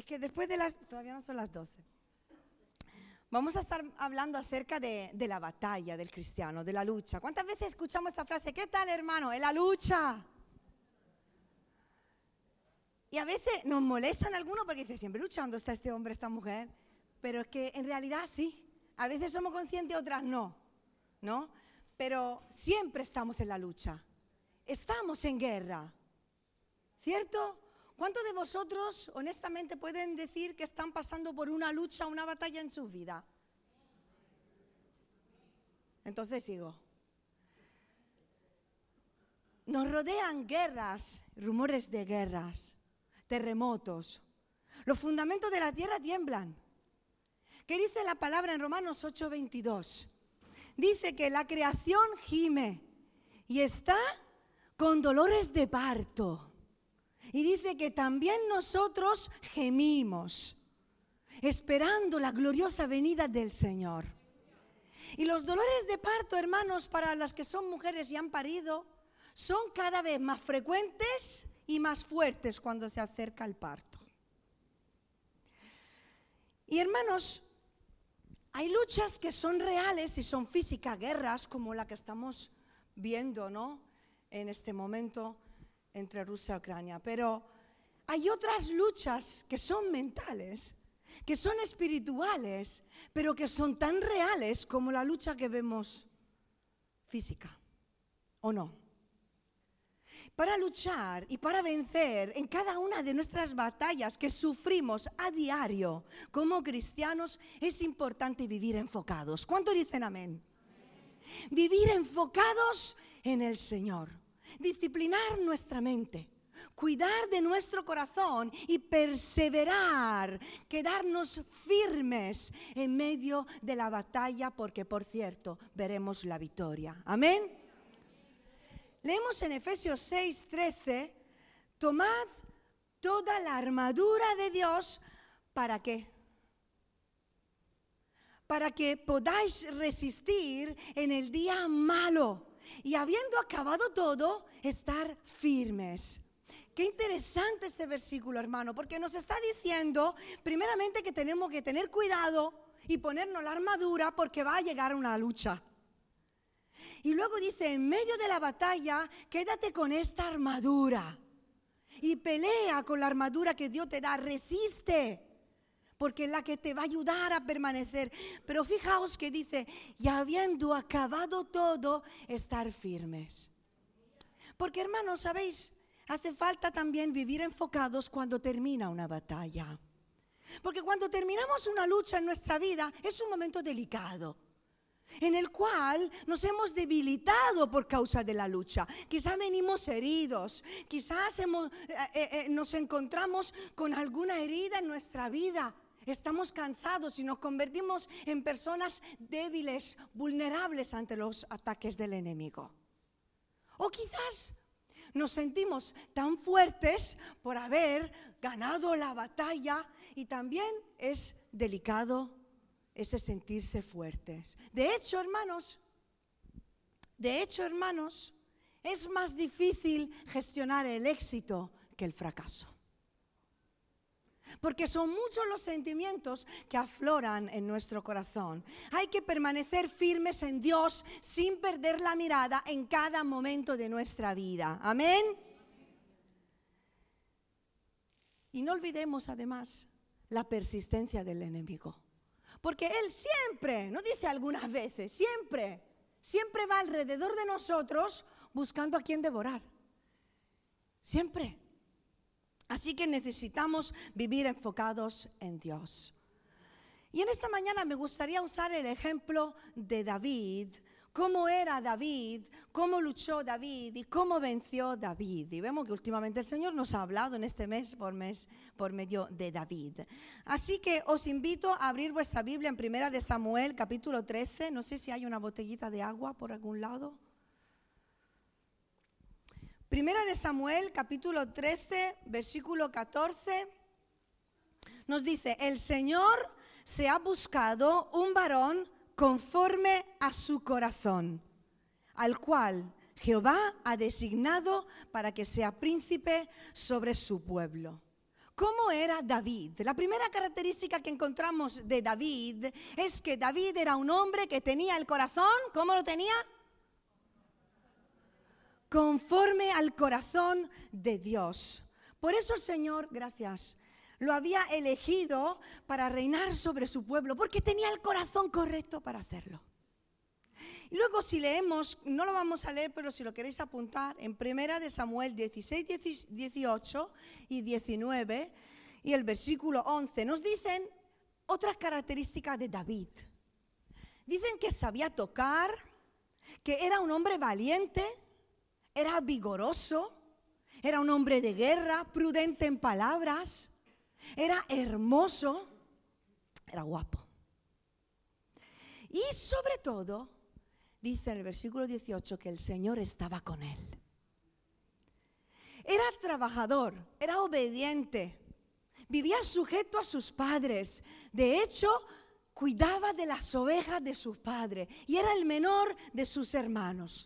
que después de todavía no son las 12. Vamos a estar hablando acerca de la batalla del cristiano, de la lucha. ¿Cuántas veces escuchamos esa frase? ¿Qué tal, hermano? En la lucha. Y a veces nos molestan algunos porque dicen, siempre luchando está este hombre, esta mujer. Pero es que en realidad sí. A veces somos conscientes, otras no. ¿No? Pero siempre estamos en la lucha. Estamos en guerra. ¿Cierto? ¿Cuántos de vosotros, honestamente, pueden decir que están pasando por una lucha, una batalla en su vida? Entonces sigo. Nos rodean guerras, rumores de guerras, terremotos. Los fundamentos de la tierra tiemblan. ¿Qué dice la palabra en Romanos 8:22? Dice que la creación gime y está con dolores de parto. Y dice que también nosotros gemimos, esperando la gloriosa venida del Señor. Y los dolores de parto, hermanos, para las que son mujeres y han parido, son cada vez más frecuentes y más fuertes cuando se acerca el parto. Y hermanos, hay luchas que son reales y son físicas, guerras como la que estamos viendo, ¿no? En este momento entre Rusia y Ucrania, pero hay otras luchas que son mentales, que son espirituales, pero que son tan reales como la lucha que vemos física, ¿o no? Para luchar y para vencer en cada una de nuestras batallas que sufrimos a diario como cristianos, es importante vivir enfocados. ¿Cuánto dicen amén? Vivir enfocados en el Señor. Disciplinar nuestra mente, cuidar de nuestro corazón y perseverar, quedarnos firmes en medio de la batalla, porque por cierto, veremos la victoria. Amén. Leemos en Efesios 6:13, tomad toda la armadura de Dios, ¿para qué? Para que podáis resistir en el día malo. Y habiendo acabado todo, estar firmes. Qué interesante este versículo, hermano, porque nos está diciendo, primeramente, que tenemos que tener cuidado y ponernos la armadura porque va a llegar una lucha. Y luego dice, en medio de la batalla, quédate con esta armadura y pelea con la armadura que Dios te da, resiste, porque es la que te va a ayudar a permanecer. Pero fijaos que dice, y habiendo acabado todo, estar firmes. Porque, hermanos, ¿sabéis? Hace falta también vivir enfocados cuando termina una batalla. Porque cuando terminamos una lucha en nuestra vida, es un momento delicado, en el cual nos hemos debilitado por causa de la lucha. Quizás venimos heridos, quizás nos encontramos con alguna herida en nuestra vida. Estamos cansados y nos convertimos en personas débiles, vulnerables ante los ataques del enemigo. O quizás nos sentimos tan fuertes por haber ganado la batalla, y también es delicado ese sentirse fuertes. De hecho, hermanos, es más difícil gestionar el éxito que el fracaso. Porque son muchos los sentimientos que afloran en nuestro corazón. Hay que permanecer firmes en Dios sin perder la mirada en cada momento de nuestra vida. Amén. Y no olvidemos además la persistencia del enemigo. Porque él siempre, no dice algunas veces, siempre va alrededor de nosotros buscando a quien devorar. Siempre. Así que necesitamos vivir enfocados en Dios. Y en esta mañana me gustaría usar el ejemplo de David, cómo era David, cómo luchó David y cómo venció David. Y vemos que últimamente el Señor nos ha hablado en este mes por medio de David. Así que os invito a abrir vuestra Biblia en 1 Samuel, capítulo 13. No sé si hay una botellita de agua por algún lado. 1 Samuel, capítulo 13, versículo 14, nos dice, el Señor se ha buscado un varón conforme a su corazón, al cual Jehová ha designado para que sea príncipe sobre su pueblo. ¿cómo era David? La primera característica que encontramos de David es que David era un hombre que tenía el corazón, ¿cómo lo tenía? Conforme al corazón de Dios. Por eso el Señor, gracias, lo había elegido para reinar sobre su pueblo, porque tenía el corazón correcto para hacerlo. Y luego si leemos, no lo vamos a leer, pero si lo queréis apuntar, en 1 de Samuel 16, 18 y 19 y el versículo 11, nos dicen otras características de David. Dicen que sabía tocar, que era un hombre valiente, era vigoroso, era un hombre de guerra, prudente en palabras, era hermoso, era guapo. Y sobre todo, dice en el versículo 18 que el Señor estaba con él. Era trabajador, era obediente, vivía sujeto a sus padres. De hecho, cuidaba de las ovejas de sus padres y era el menor de sus hermanos.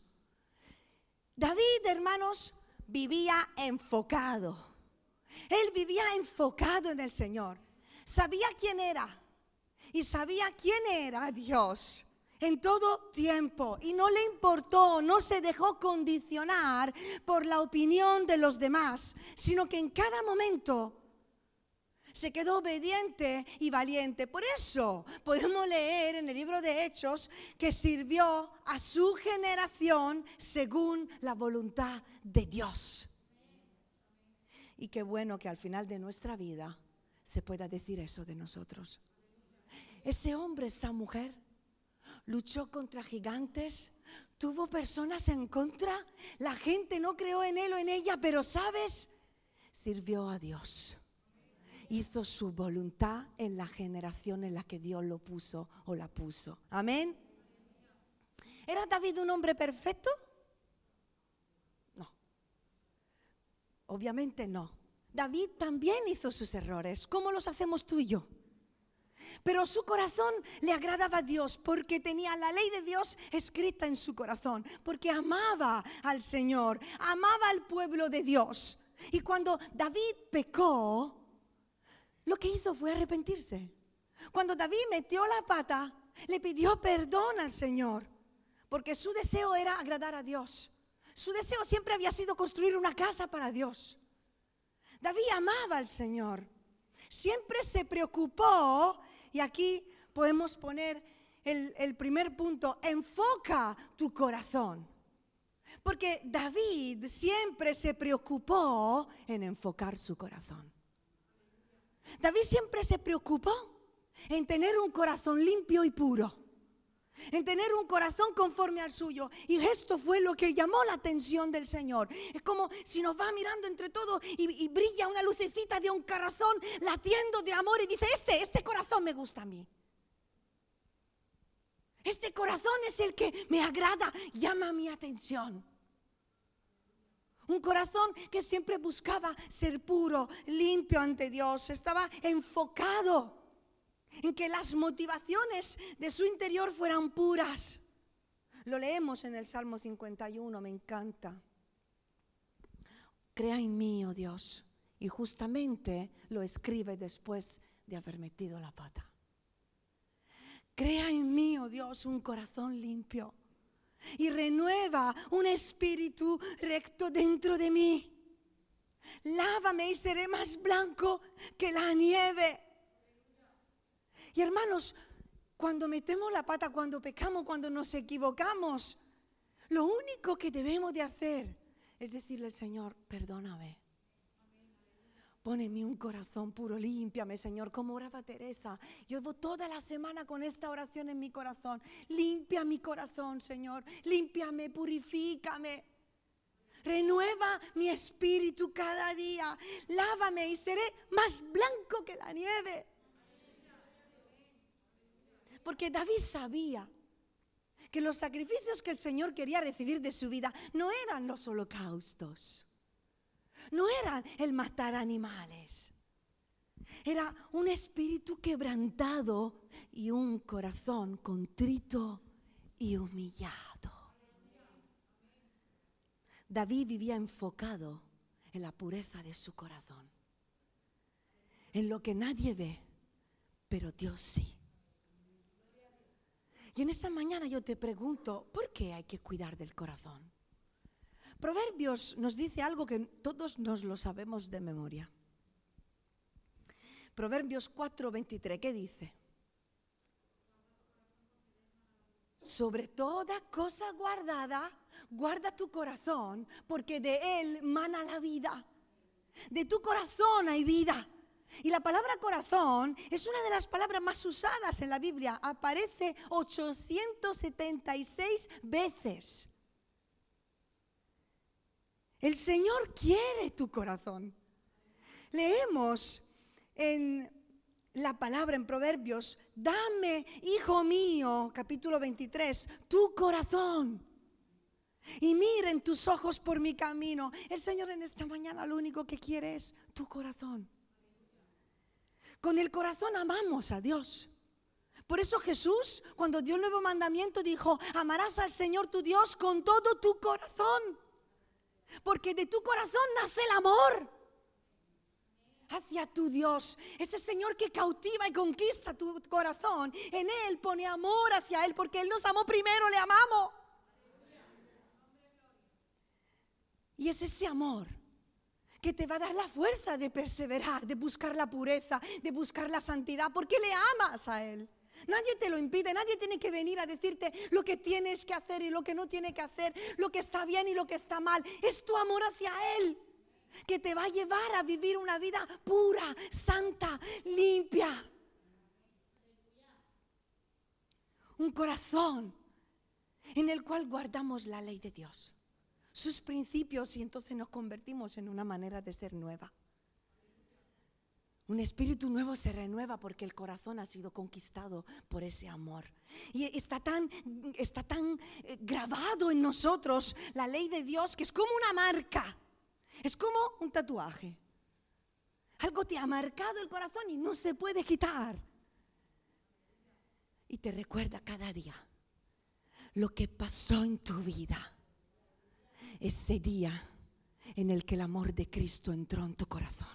David, hermanos, vivía enfocado. Él vivía enfocado en el Señor. Sabía quién era y sabía quién era Dios en todo tiempo. Y no le importó, no se dejó condicionar por la opinión de los demás, sino que en cada momento se quedó obediente y valiente. Por eso podemos leer en el libro de Hechos que sirvió a su generación según la voluntad de Dios. Y qué bueno que al final de nuestra vida se pueda decir eso de nosotros. Ese hombre, esa mujer, luchó contra gigantes, tuvo personas en contra, la gente no creó en él o en ella, pero ¿sabes? Sirvió a Dios. Hizo su voluntad en la generación en la que Dios lo puso o la puso. Amén. ¿Era David un hombre perfecto? No. Obviamente no. David también hizo sus errores, como los hacemos tú y yo. Pero su corazón le agradaba a Dios porque tenía la ley de Dios escrita en su corazón, porque amaba al Señor, amaba al pueblo de Dios. Y cuando David pecó, lo que hizo fue arrepentirse. Cuando David metió la pata, le pidió perdón al Señor, porque su deseo era agradar a Dios. Su deseo siempre había sido construir una casa para Dios. David amaba al Señor. Siempre se preocupó, y aquí podemos poner el primer punto, enfoca tu corazón. Porque David siempre se preocupó en enfocar su corazón. David siempre se preocupó en tener un corazón limpio y puro, en tener un corazón conforme al suyo. Y esto fue lo que llamó la atención del Señor. Es como si nos va mirando entre todos y brilla una lucecita de un corazón latiendo de amor y dice, este corazón me gusta a mí. Este corazón es el que me agrada, llama mi atención. Un corazón que siempre buscaba ser puro, limpio ante Dios. Estaba enfocado en que las motivaciones de su interior fueran puras. Lo leemos en el Salmo 51, me encanta. Crea en mí, oh Dios. Y justamente lo escribe después de haber metido la pata. Crea en mí, oh Dios, un corazón limpio. Y renueva un espíritu recto dentro de mí. Lávame y seré más blanco que la nieve. Y hermanos, cuando metemos la pata, cuando pecamos, cuando nos equivocamos, lo único que debemos de hacer es decirle al Señor, perdóname. Pon en mí un corazón puro, límpiame, Señor, como oraba Teresa. Yo llevo toda la semana con esta oración en mi corazón. Limpia mi corazón, Señor, límpiame, purifícame. Renueva mi espíritu cada día. Lávame y seré más blanco que la nieve. Porque David sabía que los sacrificios que el Señor quería recibir de su vida no eran los holocaustos. No era el matar animales. Era un espíritu quebrantado y un corazón contrito y humillado. David vivía enfocado en la pureza de su corazón. en lo que nadie ve, pero Dios sí. Y en esta mañana yo te pregunto, ¿por qué hay que cuidar del corazón? Proverbios nos dice algo que todos nos lo sabemos de memoria. Proverbios 4:23, ¿qué dice? Sobre toda cosa guardada, guarda tu corazón, porque de él mana la vida. De tu corazón hay vida. Y la palabra corazón es una de las palabras más usadas en la Biblia. Aparece 876 veces. El Señor quiere tu corazón. Leemos en la palabra en Proverbios: dame, hijo mío, capítulo 23, tu corazón. Y miren tus ojos por mi camino. El Señor en esta mañana lo único que quiere es tu corazón. Con el corazón amamos a Dios. Por eso Jesús, cuando dio el nuevo mandamiento, dijo: amarás al Señor tu Dios con todo tu corazón. Porque de tu corazón nace el amor hacia tu Dios. Ese Señor que cautiva y conquista tu corazón. En Él pone amor hacia Él, porque Él nos amó primero, le amamos. Y es ese amor que te va a dar la fuerza de perseverar, de buscar la pureza, de buscar la santidad, porque le amas a Él. Nadie te lo impide, nadie tiene que venir a decirte lo que tienes que hacer y lo que no tienes que hacer, lo que está bien y lo que está mal. Es tu amor hacia Él que te va a llevar a vivir una vida pura, santa, limpia. Un corazón en el cual guardamos la ley de Dios, sus principios, y entonces nos convertimos en una manera de ser nueva. Un espíritu nuevo se renueva porque el corazón ha sido conquistado por ese amor. Y está tan grabado en nosotros la ley de Dios, que es como una marca, es como un tatuaje. Algo te ha marcado el corazón y no se puede quitar. Y te recuerda cada día lo que pasó en tu vida. Ese día en el que el amor de Cristo entró en tu corazón.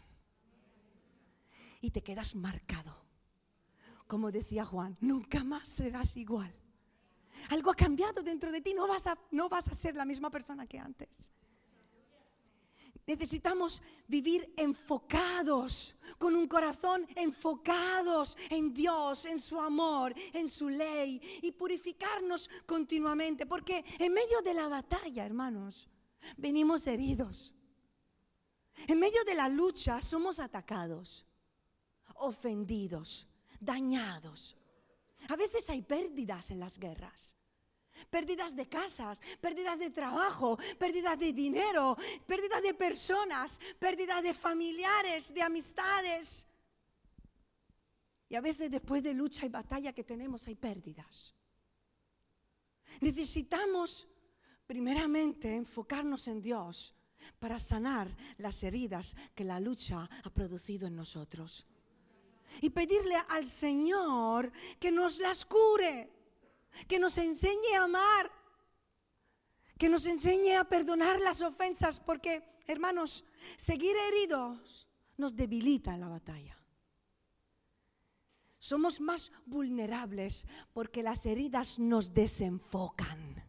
Y te quedas marcado. Como decía Juan, nunca más serás igual. Algo ha cambiado dentro de ti, no vas a ser la misma persona que antes. Necesitamos vivir enfocados, con un corazón enfocados en Dios, en su amor, en su ley, y purificarnos continuamente, porque en medio de la batalla, hermanos, venimos heridos. En medio de la lucha somos atacados, ofendidos, dañados. A veces hay pérdidas en las guerras. Pérdidas de casas, pérdidas de trabajo, pérdidas de dinero, pérdidas de personas, pérdidas de familiares, de amistades. Y a veces después de lucha y batalla que tenemos hay pérdidas. Necesitamos primeramente enfocarnos en Dios para sanar las heridas que la lucha ha producido en nosotros. Y pedirle al Señor que nos las cure, que nos enseñe a amar, que nos enseñe a perdonar las ofensas, porque, hermanos, seguir heridos nos debilita en la batalla. Somos más vulnerables porque las heridas nos desenfocan.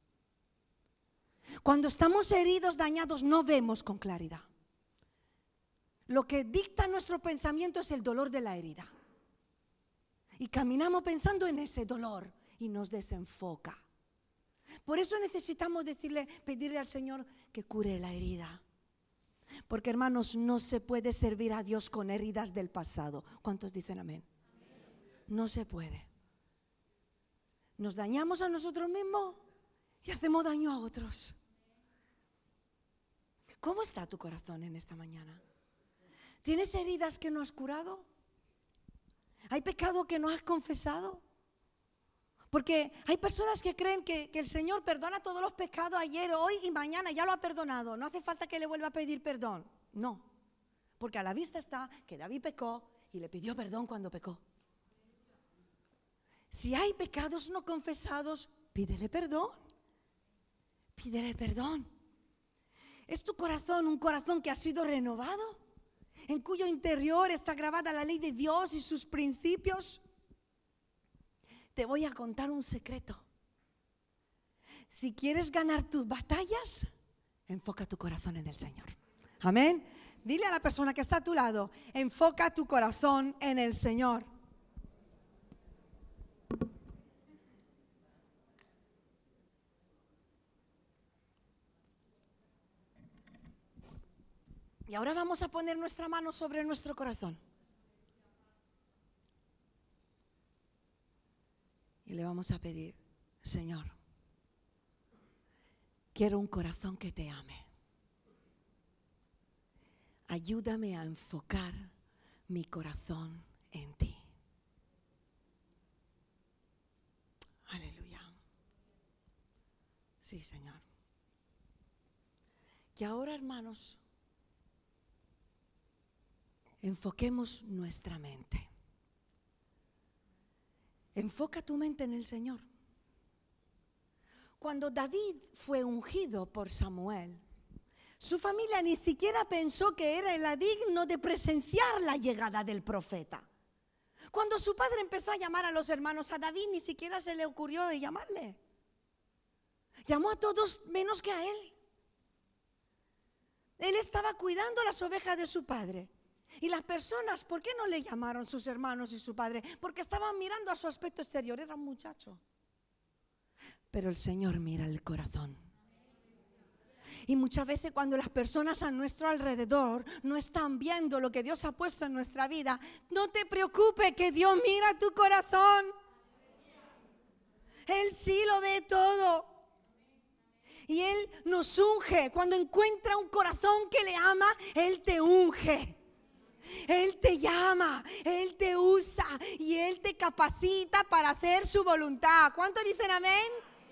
Cuando estamos heridos, dañados, no vemos con claridad. Lo que dicta nuestro pensamiento es el dolor de la herida. Y caminamos pensando en ese dolor y nos desenfoca. Por eso necesitamos pedirle al Señor que cure la herida. Porque, hermanos, no se puede servir a Dios con heridas del pasado. ¿Cuántos dicen amén? No se puede. Nos dañamos a nosotros mismos y hacemos daño a otros. ¿Cómo está tu corazón en esta mañana? ¿Tienes heridas que no has curado? ¿Hay pecado que no has confesado? Porque hay personas que creen que el Señor perdona todos los pecados ayer, hoy y mañana, ya lo ha perdonado. No hace falta que le vuelva a pedir perdón. No, porque a la vista está que David pecó y le pidió perdón cuando pecó. Si hay pecados no confesados, pídele perdón. Pídele perdón. ¿Es tu corazón un corazón que ha sido renovado? en cuyo interior está grabada la ley de Dios y sus principios, te voy a contar un secreto. Si quieres ganar tus batallas, enfoca tu corazón en el Señor. Amén. Dile a la persona que está a tu lado, enfoca tu corazón en el Señor. Y ahora vamos a poner nuestra mano sobre nuestro corazón. Y le vamos a pedir, Señor, quiero un corazón que te ame. Ayúdame a enfocar mi corazón en ti. Aleluya. Sí, Señor. Y ahora, hermanos, enfoquemos nuestra mente. Enfoca tu mente en el Señor. Cuando David fue ungido por Samuel, su familia ni siquiera pensó que era digno de presenciar la llegada del profeta. Cuando su padre empezó a llamar a los hermanos, a David ni siquiera se le ocurrió de llamarle. Llamó a todos menos que a él. Él estaba cuidando las ovejas de su padre. Y las personas, ¿por qué no le llamaron sus hermanos y su padre? Porque estaban mirando a su aspecto exterior, era un muchacho. Pero el Señor mira el corazón. Y muchas veces cuando las personas a nuestro alrededor no están viendo lo que Dios ha puesto en nuestra vida, no te preocupes, que Dios mira tu corazón. Él sí lo ve todo. Y Él nos unge. Cuando encuentra un corazón que le ama, Él te unge. Él te llama, Él te usa y Él te capacita para hacer su voluntad. ¿Cuántos dicen amén?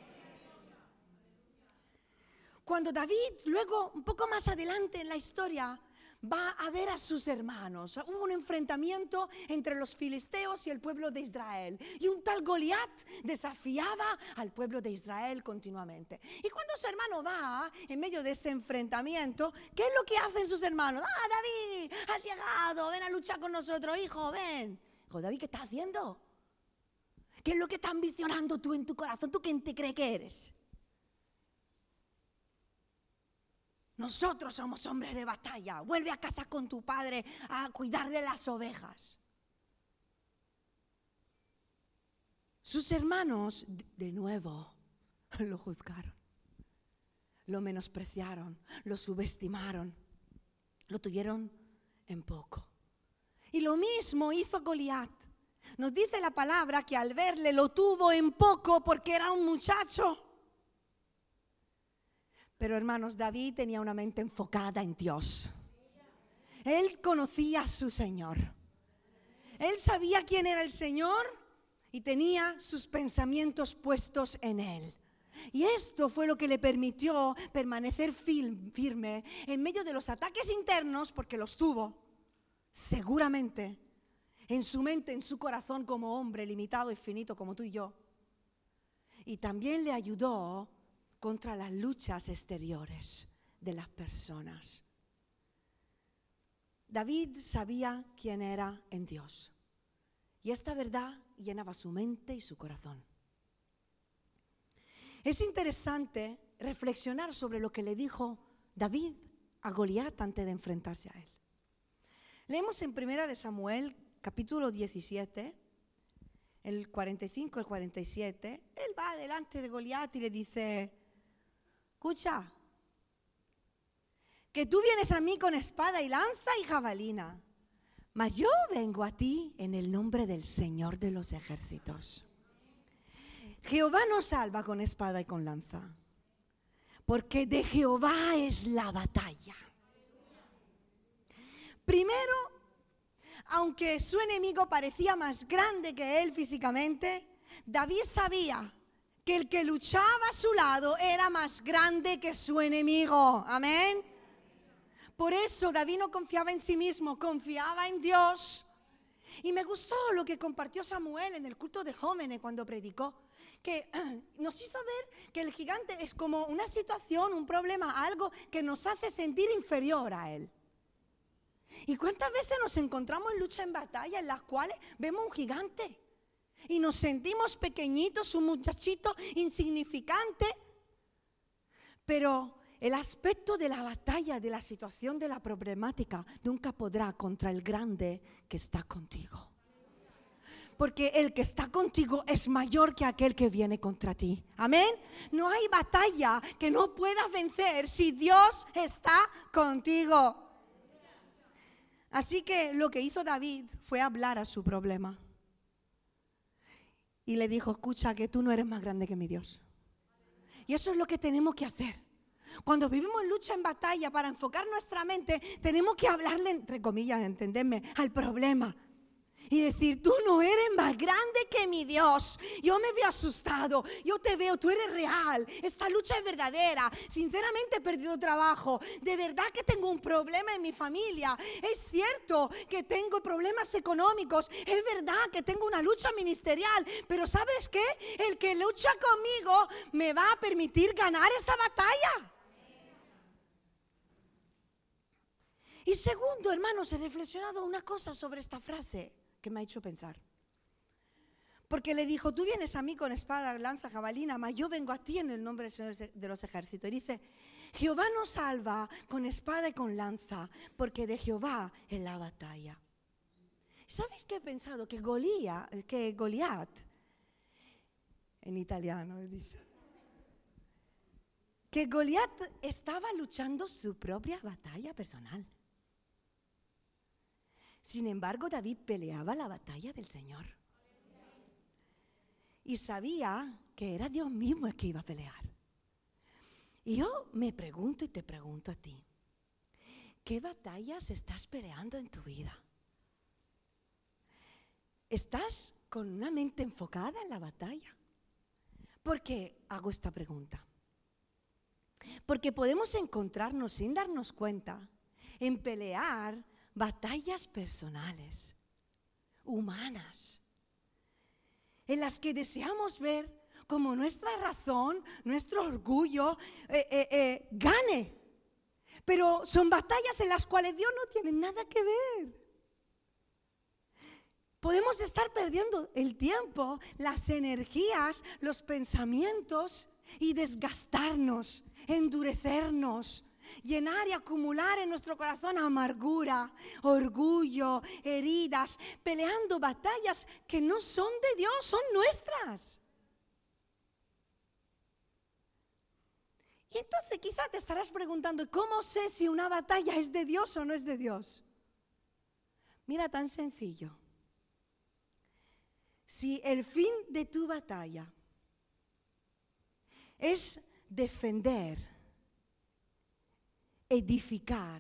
Cuando David, luego un poco más adelante en la historia, va a ver a sus hermanos, hubo un enfrentamiento entre los filisteos y el pueblo de Israel. Y un tal Goliat desafiaba al pueblo de Israel continuamente. Y cuando su hermano va en medio de ese enfrentamiento, ¿qué es lo que hacen sus hermanos? ¡Ah, David, has llegado! Ven a luchar con nosotros, hijo, ven. Dijo, David, ¿qué estás haciendo? ¿Qué es lo que estás ambicionando tú en tu corazón? ¿Tú quién te crees que eres? Nosotros somos hombres de batalla. Vuelve a casa con tu padre a cuidar de las ovejas. Sus hermanos, de nuevo, lo juzgaron, lo menospreciaron, lo subestimaron, lo tuvieron en poco. Y lo mismo hizo Goliat. Nos dice la palabra que al verle lo tuvo en poco porque era un muchacho. Pero hermanos, David tenía una mente enfocada en Dios. Él conocía a su Señor. Él sabía quién era el Señor y tenía sus pensamientos puestos en Él. Y esto fue lo que le permitió permanecer firme en medio de los ataques internos, porque los tuvo, seguramente, en su mente, en su corazón como hombre limitado y finito como tú y yo. Y también le ayudó contra las luchas exteriores de las personas. David sabía quién era en Dios. Y esta verdad llenaba su mente y su corazón. Es interesante reflexionar sobre lo que le dijo David a Goliat antes de enfrentarse a él. Leemos en 1 de Samuel, capítulo 17, el 45 al 47. Él va delante de Goliat y le dice: escucha, que tú vienes a mí con espada y lanza y jabalina, mas yo vengo a ti en el nombre del Señor de los ejércitos. Jehová no salva con espada y con lanza, porque de Jehová es la batalla. Primero, aunque su enemigo parecía más grande que él físicamente, David sabía que el que luchaba a su lado era más grande que su enemigo. Amén. Por eso David no confiaba en sí mismo, confiaba en Dios. Y me gustó lo que compartió Samuel en el culto de jóvenes cuando predicó, que nos hizo ver que el gigante es como una situación, un problema, algo que nos hace sentir inferior a él. ¿Y cuántas veces nos encontramos en lucha, en batalla, en las cuales vemos un gigante y nos sentimos pequeñitos, un muchachito insignificante? Pero el aspecto de la batalla, de la situación, de la problemática, nunca podrá contra el grande que está contigo. Porque el que está contigo es mayor que aquel que viene contra ti. Amén. No hay batalla que no puedas vencer si Dios está contigo. Así que lo que hizo David fue hablar a su problema. Y le dijo, escucha, que tú no eres más grande que mi Dios. Y eso es lo que tenemos que hacer. Cuando vivimos en lucha, en batalla, para enfocar nuestra mente, tenemos que hablarle, entre comillas, entenderme, al problema. Y decir, tú no eres más grande que mi Dios. Yo me veo asustado, yo te veo, tú eres real. Esta lucha es verdadera. Sinceramente he perdido trabajo. De verdad que tengo un problema en mi familia. Es cierto que tengo problemas económicos. Es verdad que tengo una lucha ministerial. Pero ¿sabes qué? El que lucha conmigo me va a permitir ganar esa batalla. Y segundo, hermanos, he reflexionado una cosa sobre esta frase que me ha hecho pensar. Porque le dijo, tú vienes a mí con espada, lanza, jabalina, mas yo vengo a ti en el nombre del Señor de los ejércitos. Y dice, Jehová nos salva con espada y con lanza, porque de Jehová es la batalla. ¿Sabéis qué he pensado? Que Goliat, en italiano he dicho, que Goliat estaba luchando su propia batalla personal. Sin embargo, David peleaba la batalla del Señor. Y sabía que era Dios mismo el que iba a pelear. Y yo me pregunto y te pregunto a ti, ¿qué batallas estás peleando en tu vida? ¿Estás con una mente enfocada en la batalla? ¿Por qué hago esta pregunta? Porque podemos encontrarnos sin darnos cuenta en pelear batallas personales, humanas, en las que deseamos ver como nuestra razón, nuestro orgullo gane. Pero son batallas en las cuales Dios no tiene nada que ver. Podemos estar perdiendo el tiempo, las energías, los pensamientos y desgastarnos, endurecernos, llenar y acumular en nuestro corazón amargura, orgullo, heridas, peleando batallas que no son de Dios, son nuestras. Y entonces quizá te estarás preguntando, ¿cómo sé si una batalla es de Dios o no es de Dios? Mira, tan sencillo. Si el fin de tu batalla es defender, edificar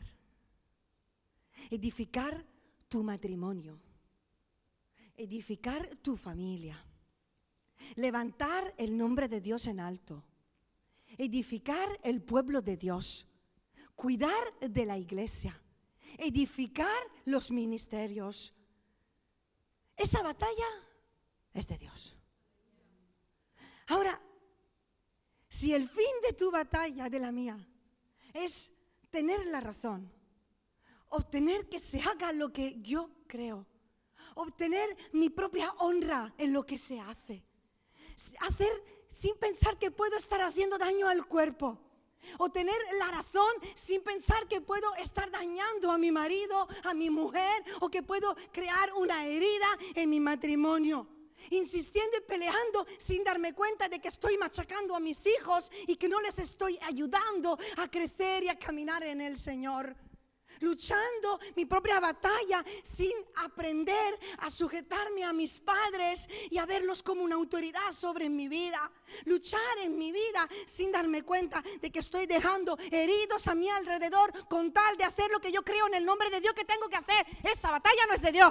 tu matrimonio, edificar tu familia, levantar el nombre de Dios en alto, edificar el pueblo de Dios, cuidar de la iglesia, edificar los ministerios, esa batalla es de Dios. Ahora, si el fin de tu batalla, de la mía, es tener la razón, obtener que se haga lo que yo creo, obtener mi propia honra en lo que se hace, hacer sin pensar que puedo estar haciendo daño al cuerpo, o tener la razón sin pensar que puedo estar dañando a mi marido, a mi mujer, o que puedo crear una herida en mi matrimonio. Insistiendo y peleando sin darme cuenta de que estoy machacando a mis hijos y que no les estoy ayudando a crecer y a caminar en el Señor. Luchando mi propia batalla sin aprender a sujetarme a mis padres y a verlos como una autoridad sobre mi vida. Luchar en mi vida sin darme cuenta de que estoy dejando heridos a mi alrededor con tal de hacer lo que yo creo en el nombre de Dios que tengo que hacer. Esa batalla no es de Dios.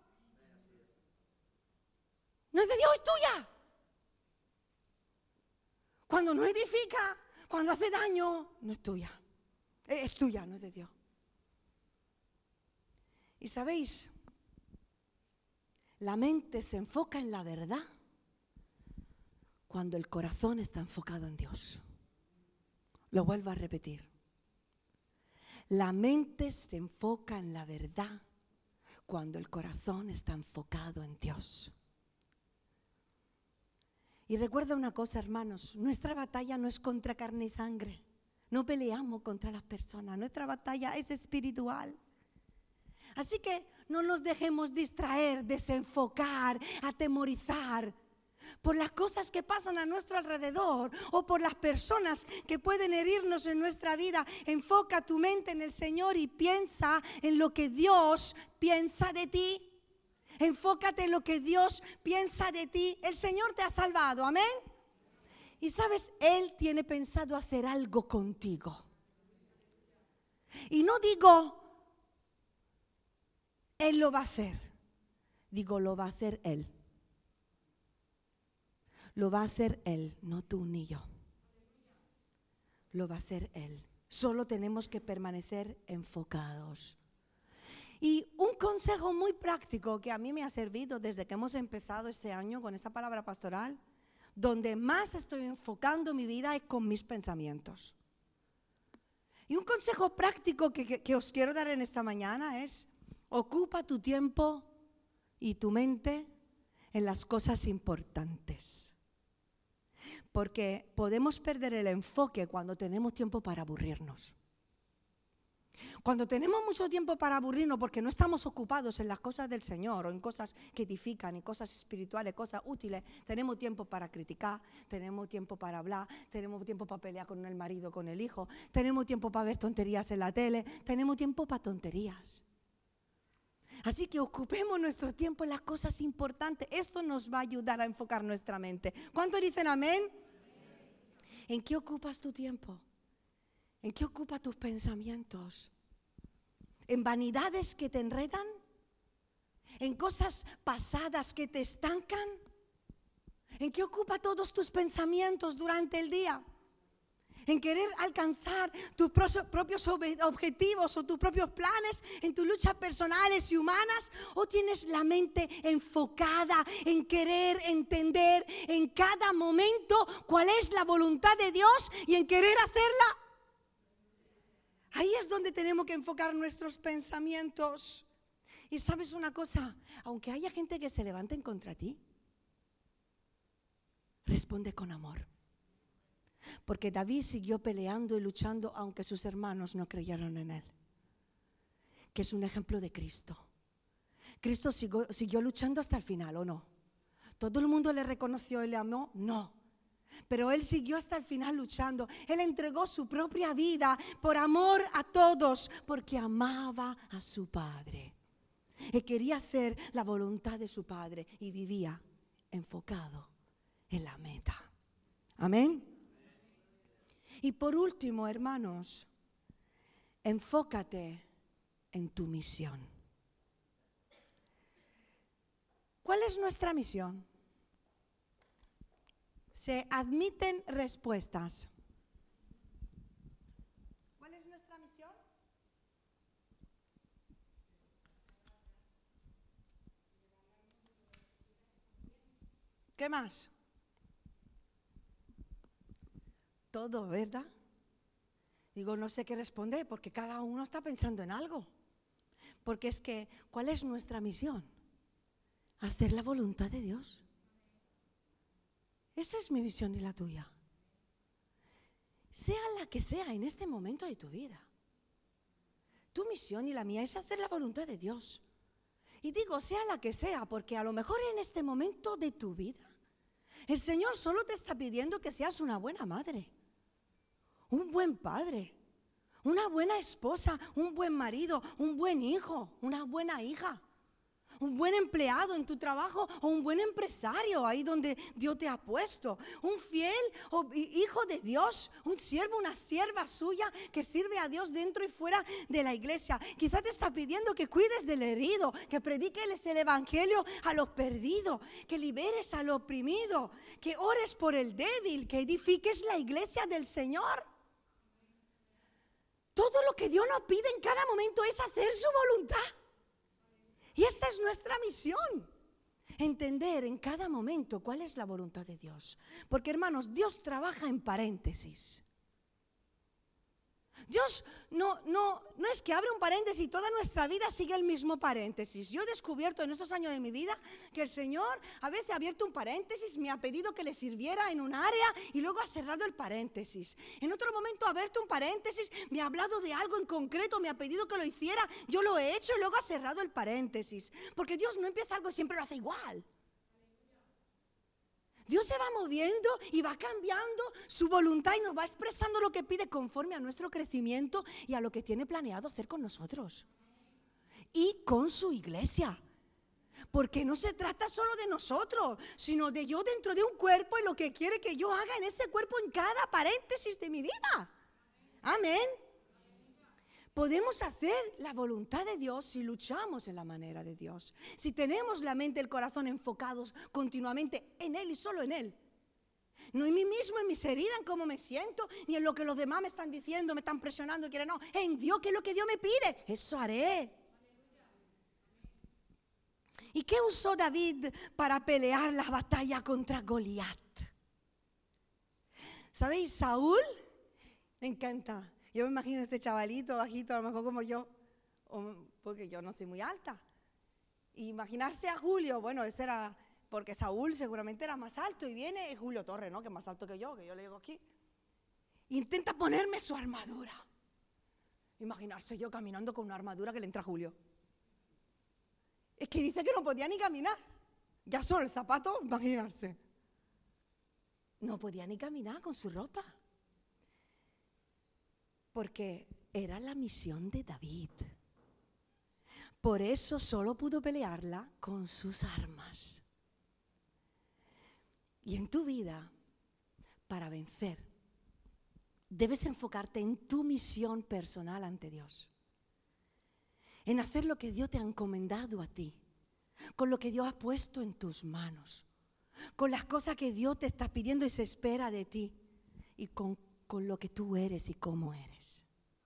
No es de Dios, es tuya. Cuando no edifica, cuando hace daño, no es tuya. Es tuya, no es de Dios. Y sabéis, la mente se enfoca en la verdad cuando el corazón está enfocado en Dios. Lo vuelvo a repetir. La mente se enfoca en la verdad cuando el corazón está enfocado en Dios. Y recuerda una cosa, hermanos, nuestra batalla no es contra carne y sangre. No peleamos contra las personas, nuestra batalla es espiritual. Así que no nos dejemos distraer, desenfocar, atemorizar por las cosas que pasan a nuestro alrededor o por las personas que pueden herirnos en nuestra vida. Enfoca tu mente en el Señor y piensa en lo que Dios piensa de ti. Enfócate en lo que Dios piensa de ti. El Señor te ha salvado, amén. Y sabes, Él tiene pensado hacer algo contigo. Y no digo, Él lo va a hacer. Digo, lo va a hacer Él. Lo va a hacer Él, no tú ni yo. Lo va a hacer Él. Solo tenemos que permanecer enfocados. Y un consejo muy práctico que a mí me ha servido desde que hemos empezado este año con esta palabra pastoral, donde más estoy enfocando mi vida es con mis pensamientos. Y un consejo práctico que os quiero dar en esta mañana es: ocupa tu tiempo y tu mente en las cosas importantes. Porque podemos perder el enfoque cuando tenemos tiempo para aburrirnos. Cuando tenemos mucho tiempo para aburrirnos porque no estamos ocupados en las cosas del Señor o en cosas que edifican, en cosas espirituales, cosas útiles, tenemos tiempo para criticar, tenemos tiempo para hablar, tenemos tiempo para pelear con el marido, con el hijo, tenemos tiempo para ver tonterías en la tele, tenemos tiempo para tonterías. Así que ocupemos nuestro tiempo en las cosas importantes. Esto nos va a ayudar a enfocar nuestra mente. ¿Cuántos dicen amén? ¿En qué ocupas tu tiempo? ¿En qué ocupan tus pensamientos? ¿En vanidades que te enredan? ¿En cosas pasadas que te estancan? ¿En qué ocupan todos tus pensamientos durante el día? ¿En querer alcanzar tus propios objetivos o tus propios planes en tus luchas personales y humanas? ¿O tienes la mente enfocada en querer entender en cada momento cuál es la voluntad de Dios y en querer hacerla? Ahí es donde tenemos que enfocar nuestros pensamientos. Y sabes una cosa, aunque haya gente que se levante contra ti, responde con amor. Porque David siguió peleando y luchando aunque sus hermanos no creyeron en él. Que es un ejemplo de Cristo. Cristo siguió luchando hasta el final, ¿o no? ¿Todo el mundo le reconoció y le amó? No. Pero él siguió hasta el final luchando. Él entregó su propia vida por amor a todos, porque amaba a su Padre. Él quería hacer la voluntad de su Padre y vivía enfocado en la meta. Amén. Y por último, hermanos, enfócate en tu misión. ¿Cuál es nuestra misión? Se admiten respuestas. ¿Cuál es nuestra misión? ¿Qué más? Todo, ¿verdad? Digo, no sé qué responder porque cada uno está pensando en algo. Porque es que, ¿cuál es nuestra misión? Hacer la voluntad de Dios. Esa es mi visión y la tuya. Sea la que sea en este momento de tu vida. Tu misión y la mía es hacer la voluntad de Dios. Y digo, sea la que sea, porque a lo mejor en este momento de tu vida, el Señor solo te está pidiendo que seas una buena madre, un buen padre, una buena esposa, un buen marido, un buen hijo, una buena hija. Un buen empleado en tu trabajo o un buen empresario ahí donde Dios te ha puesto. Un fiel hijo de Dios, un siervo, una sierva suya que sirve a Dios dentro y fuera de la iglesia. Quizás te está pidiendo que cuides del herido, que prediques el evangelio a los perdidos, que liberes al oprimido, que ores por el débil, que edifiques la iglesia del Señor. Todo lo que Dios nos pide en cada momento es hacer su voluntad. Y esa es nuestra misión, entender en cada momento cuál es la voluntad de Dios. Porque hermanos, Dios trabaja en paréntesis. Dios no es que abre un paréntesis y toda nuestra vida sigue el mismo paréntesis. Yo he descubierto en estos años de mi vida que el Señor a veces ha abierto un paréntesis, me ha pedido que le sirviera en un área y luego ha cerrado el paréntesis. En otro momento ha abierto un paréntesis, me ha hablado de algo en concreto, me ha pedido que lo hiciera, yo lo he hecho y luego ha cerrado el paréntesis. Porque Dios no empieza algo y siempre lo hace igual. Dios se va moviendo y va cambiando su voluntad y nos va expresando lo que pide conforme a nuestro crecimiento y a lo que tiene planeado hacer con nosotros y con su iglesia. Porque no se trata solo de nosotros, sino de yo dentro de un cuerpo y lo que quiere que yo haga en ese cuerpo en cada paréntesis de mi vida. Amén. Podemos hacer la voluntad de Dios si luchamos en la manera de Dios. Si tenemos la mente y el corazón enfocados continuamente en Él y solo en Él. No en mí mismo, en mis heridas, en cómo me siento, ni en lo que los demás me están diciendo, me están presionando, quieren, no. En Dios, que es lo que Dios me pide, eso haré. ¿Y qué usó David para pelear la batalla contra Goliat? ¿Sabéis? Saúl, me encanta. Yo me imagino a este chavalito bajito, a lo mejor como yo, porque yo no soy muy alta. Y imaginarse a Julio, bueno, ese era, porque Saúl seguramente era más alto, y viene Julio Torres, ¿no? Que es más alto que yo le digo aquí. Intenta ponerme su armadura. Imaginarse yo caminando con una armadura que le entra a Julio. Es que dice que no podía ni caminar. Ya solo el zapato, imaginarse. No podía ni caminar con su ropa. Porque era la misión de David. Por eso solo pudo pelearla con sus armas. Y en tu vida, para vencer, debes enfocarte en tu misión personal ante Dios. En hacer lo que Dios te ha encomendado a ti, con lo que Dios ha puesto en tus manos, con las cosas que Dios te está pidiendo y se espera de ti, y con lo que tú eres y cómo eres.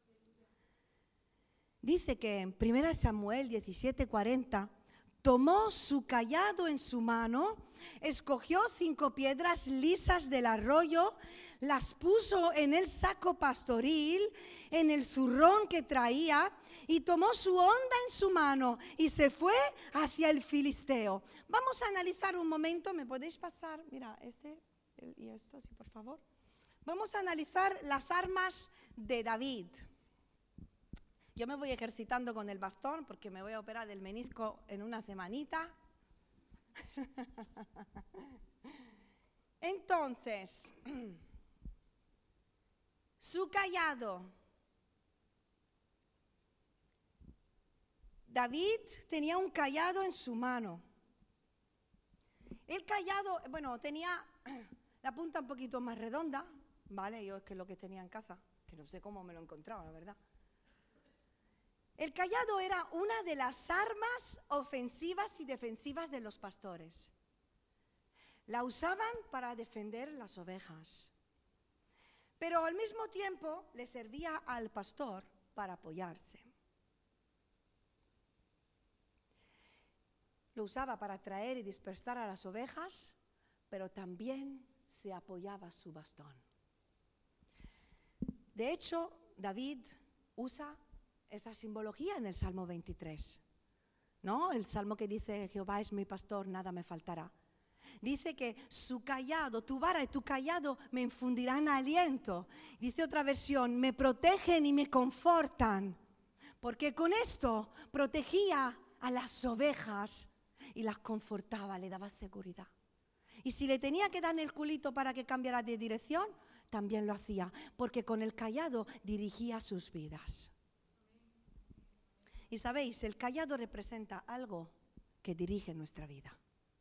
Dice que en 1 Samuel 17:40, tomó su cayado en su mano, escogió 5 piedras lisas del arroyo, las puso en el saco pastoril, en el zurrón que traía, y tomó su honda en su mano y se fue hacia el filisteo. Vamos a analizar un momento, ¿me podéis pasar? Mira, y esto, sí, por favor. Vamos a analizar las armas de David. Yo me voy ejercitando con el bastón porque me voy a operar del menisco en una semanita. Entonces, su cayado. David tenía un cayado en su mano. El cayado, bueno, tenía la punta un poquito más redonda, ¿vale? Yo es que es lo que tenía en casa, que no sé cómo me lo he encontrado, la verdad. El cayado era una de las armas ofensivas y defensivas de los pastores. La usaban para defender las ovejas, pero al mismo tiempo le servía al pastor para apoyarse. Lo usaba para atraer y dispersar a las ovejas, pero también se apoyaba su bastón. De hecho, David usa esa simbología en el Salmo 23, ¿no? El Salmo que dice, Jehová es mi pastor, nada me faltará. Dice que su cayado, tu vara y tu cayado me infundirán aliento. Dice otra versión, me protegen y me confortan, porque con esto protegía a las ovejas y las confortaba, le daba seguridad. Y si le tenía que dar el culito para que cambiara de dirección, también lo hacía, porque con el cayado dirigía sus vidas. Y sabéis, el cayado representa algo que dirige nuestra vida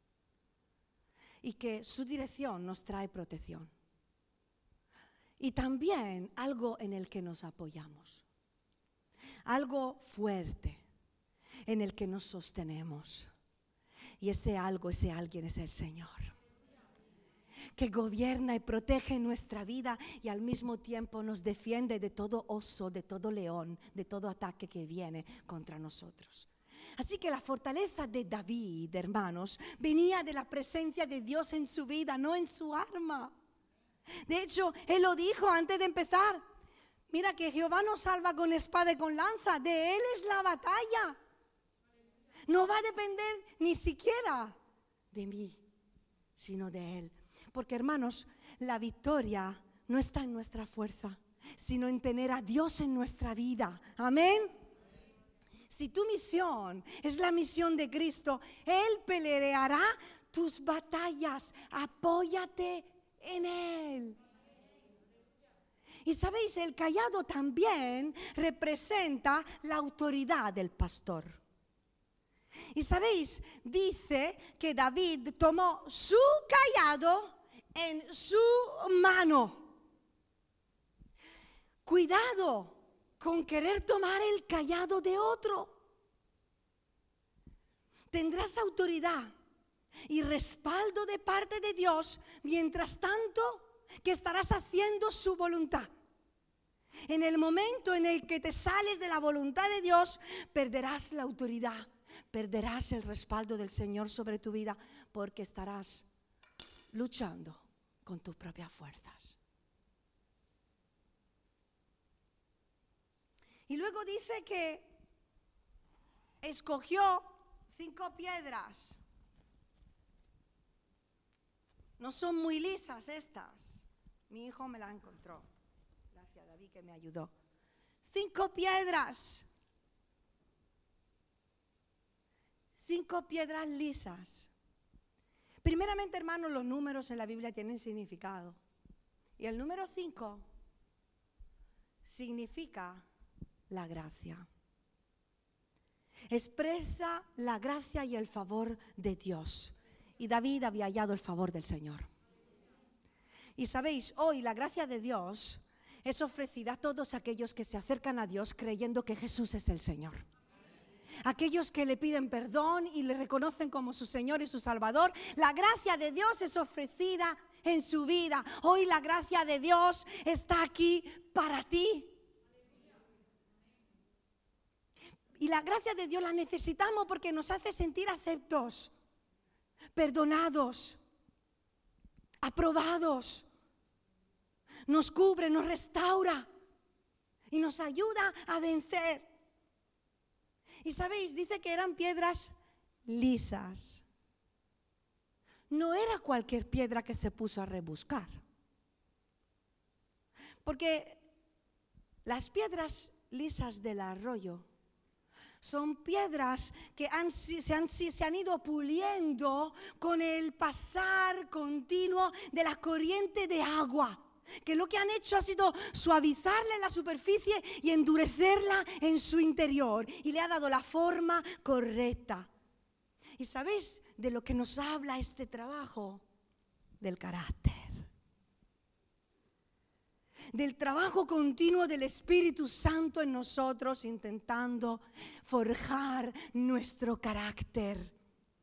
y que su dirección nos trae protección. Y también algo en el que nos apoyamos, algo fuerte en el que nos sostenemos. Y ese algo, ese alguien es el Señor, que gobierna y protege nuestra vida y al mismo tiempo nos defiende de todo oso, de todo león, de todo ataque que viene contra nosotros. Así que la fortaleza de David, hermanos, venía de la presencia de Dios en su vida, no en su arma. De hecho, él lo dijo antes de empezar. Mira que Jehová nos salva con espada y con lanza. De Él es la batalla. No va a depender ni siquiera de mí, sino de Él. Porque, hermanos, la victoria no está en nuestra fuerza, sino en tener a Dios en nuestra vida. Amén. Si tu misión es la misión de Cristo, Él peleará tus batallas. Apóyate en Él. Y sabéis, el cayado también representa la autoridad del pastor. Y sabéis, dice que David tomó su cayado en su mano. Cuidado con querer tomar el cayado de otro. Tendrás autoridad y respaldo de parte de Dios, mientras tanto que estarás haciendo su voluntad. En el momento en el que te sales de la voluntad de Dios, perderás la autoridad, perderás el respaldo del Señor sobre tu vida, porque estarás luchando con tus propias fuerzas. Y luego dice que escogió 5 piedras. No son muy lisas estas. Mi hijo me las encontró. Gracias, David, que me ayudó. 5 piedras. 5 piedras lisas. Primeramente, hermanos, los números en la Biblia tienen significado. Y el número 5 significa la gracia. Expresa la gracia y el favor de Dios. Y David había hallado el favor del Señor. Y sabéis, hoy la gracia de Dios es ofrecida a todos aquellos que se acercan a Dios creyendo que Jesús es el Señor. Aquellos que le piden perdón y le reconocen como su Señor y su Salvador, la gracia de Dios es ofrecida en su vida. Hoy la gracia de Dios está aquí para ti. Y la gracia de Dios la necesitamos porque nos hace sentir aceptos, perdonados, aprobados. Nos cubre, nos restaura y nos ayuda a vencer. Y sabéis, dice que eran piedras lisas. No era cualquier piedra que se puso a rebuscar. Porque las piedras lisas del arroyo son piedras que se han ido puliendo con el pasar continuo de la corriente de agua, que lo que han hecho ha sido suavizarle la superficie y endurecerla en su interior, y le ha dado la forma correcta. ¿Y sabéis de lo que nos habla este trabajo? Del carácter. Del trabajo continuo del Espíritu Santo en nosotros, intentando forjar nuestro carácter.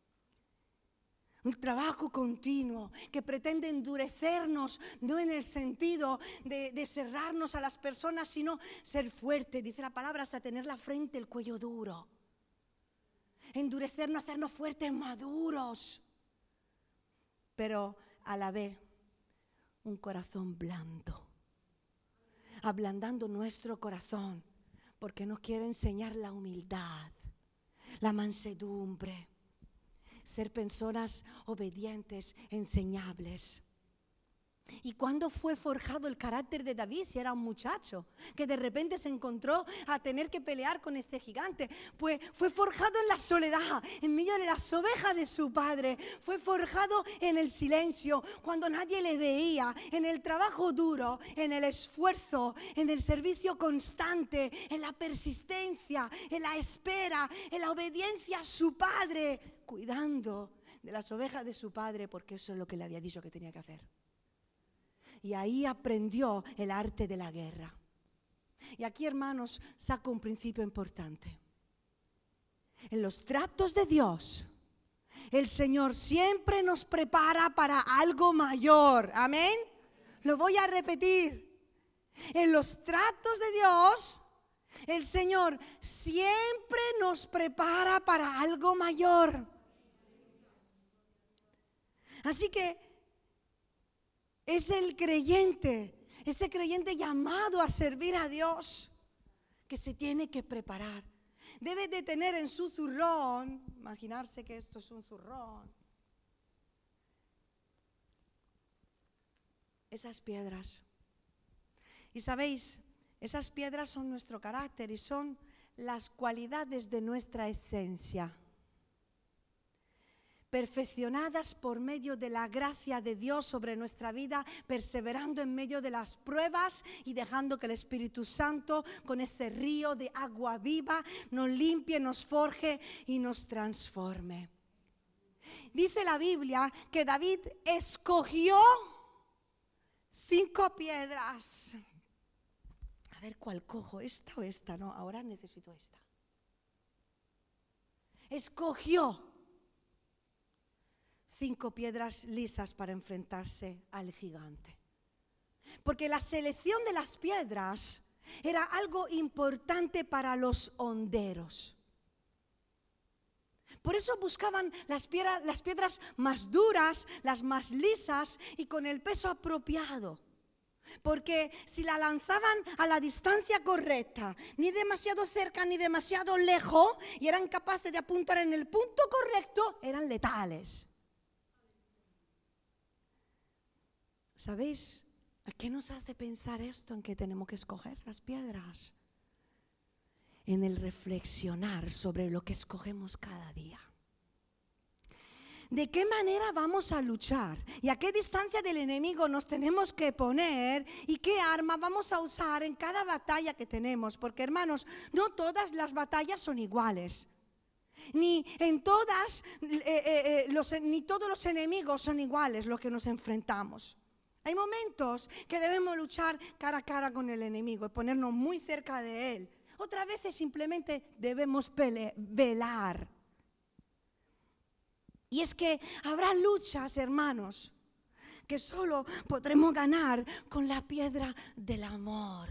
Un trabajo continuo que pretende endurecernos, no en el sentido de cerrarnos a las personas, sino ser fuerte, dice la palabra, hasta tener la frente, el cuello duro. Endurecernos, hacernos fuertes, maduros. Pero a la vez, un corazón blando. Ablandando nuestro corazón, porque nos quiere enseñar la humildad, la mansedumbre, ser personas obedientes, enseñables. ¿Y cuándo fue forjado el carácter de David? Si era un muchacho que de repente se encontró a tener que pelear con este gigante. Pues fue forjado en la soledad, en medio de las ovejas de su padre. Fue forjado en el silencio, cuando nadie le veía, en el trabajo duro, en el esfuerzo, en el servicio constante, en la persistencia, en la espera, en la obediencia a su padre, cuidando de las ovejas de su padre, porque eso es lo que le había dicho que tenía que hacer. Y ahí aprendió el arte de la guerra. Y aquí, hermanos, saco un principio importante. En los tratos de Dios, el Señor siempre nos prepara para algo mayor. Amén. Lo voy a repetir. En los tratos de Dios, el Señor siempre nos prepara para algo mayor. Así que es el creyente ese creyente llamado a servir a Dios, que se tiene que preparar. Debe de tener en su zurrón, imaginarse que esto es un zurrón, esas piedras. Y sabéis, esas piedras son nuestro carácter y son las cualidades de nuestra esencia, perfeccionadas por medio de la gracia de Dios sobre nuestra vida, perseverando en medio de las pruebas y dejando que el Espíritu Santo, con ese río de agua viva, nos limpie, nos forje y nos transforme. Dice la Biblia que David escogió 5 piedras. A ver cuál cojo, esta o esta. No, ahora necesito esta. Escogió 5 piedras lisas para enfrentarse al gigante. Porque la selección de las piedras era algo importante para los honderos. Por eso buscaban las piedras más duras, las más lisas y con el peso apropiado. Porque si la lanzaban a la distancia correcta, ni demasiado cerca ni demasiado lejos, y eran capaces de apuntar en el punto correcto, eran letales. ¿Sabéis a qué nos hace pensar esto en que tenemos que escoger las piedras? En el reflexionar sobre lo que escogemos cada día. ¿De qué manera vamos a luchar? ¿Y a qué distancia del enemigo nos tenemos que poner? ¿Y qué arma vamos a usar en cada batalla que tenemos? Porque, hermanos, no todas las batallas son iguales. Ni todos los enemigos son iguales los que nos enfrentamos. Hay momentos que debemos luchar cara a cara con el enemigo y ponernos muy cerca de él. Otras veces simplemente debemos velar. Y es que habrá luchas, hermanos, que solo podremos ganar con la piedra del amor.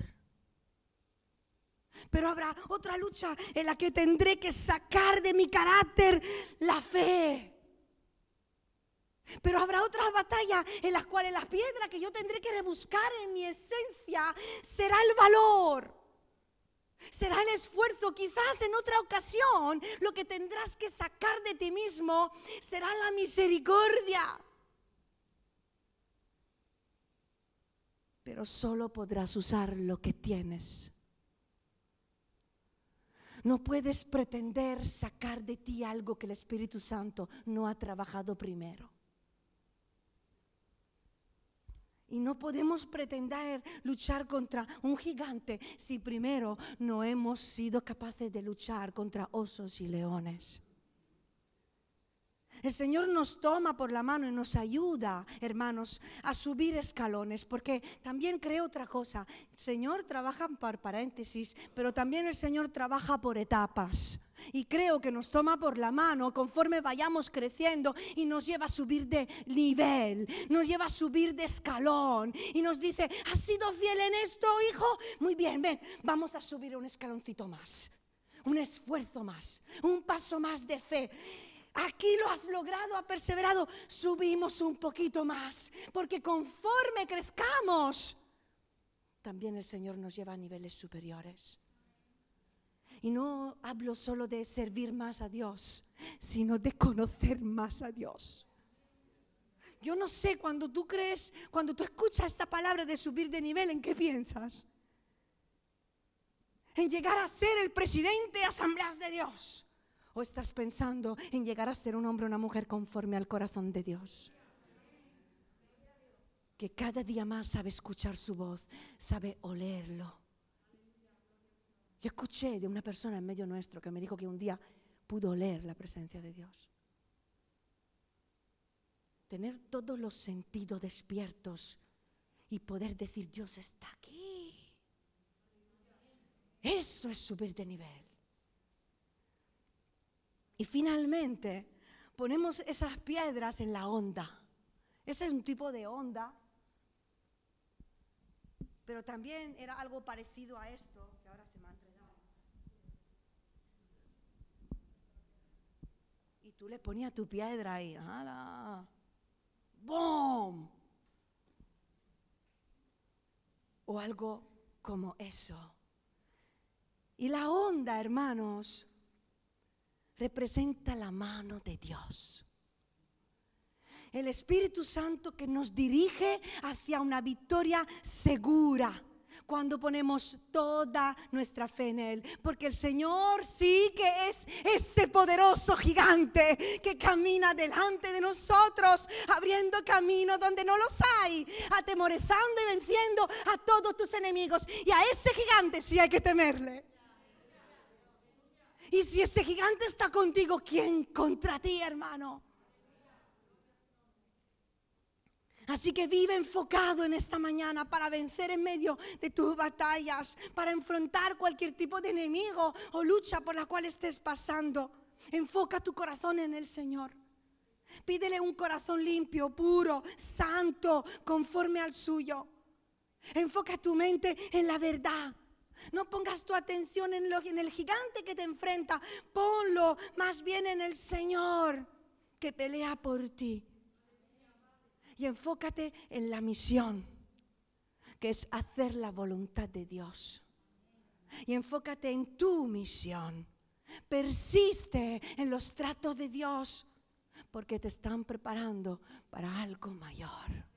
Pero habrá otra lucha en la que tendré que sacar de mi carácter la fe. Pero habrá otras batallas en las cuales la piedra que yo tendré que rebuscar en mi esencia será el valor, será el esfuerzo. Quizás en otra ocasión lo que tendrás que sacar de ti mismo será la misericordia. Pero solo podrás usar lo que tienes. No puedes pretender sacar de ti algo que el Espíritu Santo no ha trabajado primero. Y no podemos pretender luchar contra un gigante si primero no hemos sido capaces de luchar contra osos y leones. El Señor nos toma por la mano y nos ayuda, hermanos, a subir escalones, porque también creo otra cosa. El Señor trabaja por paréntesis, pero también el Señor trabaja por etapas. Y creo que nos toma por la mano conforme vayamos creciendo y nos lleva a subir de nivel, nos lleva a subir de escalón y nos dice: ¿has sido fiel en esto, hijo? Muy bien, ven, vamos a subir un escaloncito más, un esfuerzo más, un paso más de fe. Aquí lo has logrado, has perseverado, subimos un poquito más, porque conforme crezcamos, también el Señor nos lleva a niveles superiores. Y no hablo solo de servir más a Dios, sino de conocer más a Dios. Yo no sé, cuando tú escuchas esta palabra de subir de nivel, ¿en qué piensas? ¿En llegar a ser el presidente de Asambleas de Dios? ¿O estás pensando en llegar a ser un hombre o una mujer conforme al corazón de Dios? Que cada día más sabe escuchar su voz, sabe olerlo. Yo escuché de una persona en medio nuestro que me dijo que un día pudo oler la presencia de Dios. Tener todos los sentidos despiertos y poder decir: Dios está aquí. Eso es subir de nivel. Y finalmente ponemos esas piedras en la onda. Ese es un tipo de onda, pero también era algo parecido a esto, que ahora se me ha enredado. Y tú le ponías tu piedra ahí, ¡hala! ¡Bum! o algo como eso. Y la onda, hermanos, representa la mano de Dios. El Espíritu Santo que nos dirige hacia una victoria segura cuando ponemos toda nuestra fe en Él. Porque el Señor sí que es ese poderoso gigante que camina delante de nosotros, abriendo camino donde no los hay, atemorizando y venciendo a todos tus enemigos. Y a ese gigante sí hay que temerle. Y si ese gigante está contigo, ¿quién contra ti, hermano? Así que vive enfocado en esta mañana para vencer en medio de tus batallas, para enfrentar cualquier tipo de enemigo o lucha por la cual estés pasando. Enfoca tu corazón en el Señor. Pídele un corazón limpio, puro, santo, conforme al suyo. Enfoca tu mente en la verdad. No pongas tu atención en el gigante que te enfrenta. Ponlo más bien en el Señor que pelea por ti. Y enfócate en la misión, que es hacer la voluntad de Dios. Y enfócate en tu misión. Persiste en los tratos de Dios, porque te están preparando para algo mayor.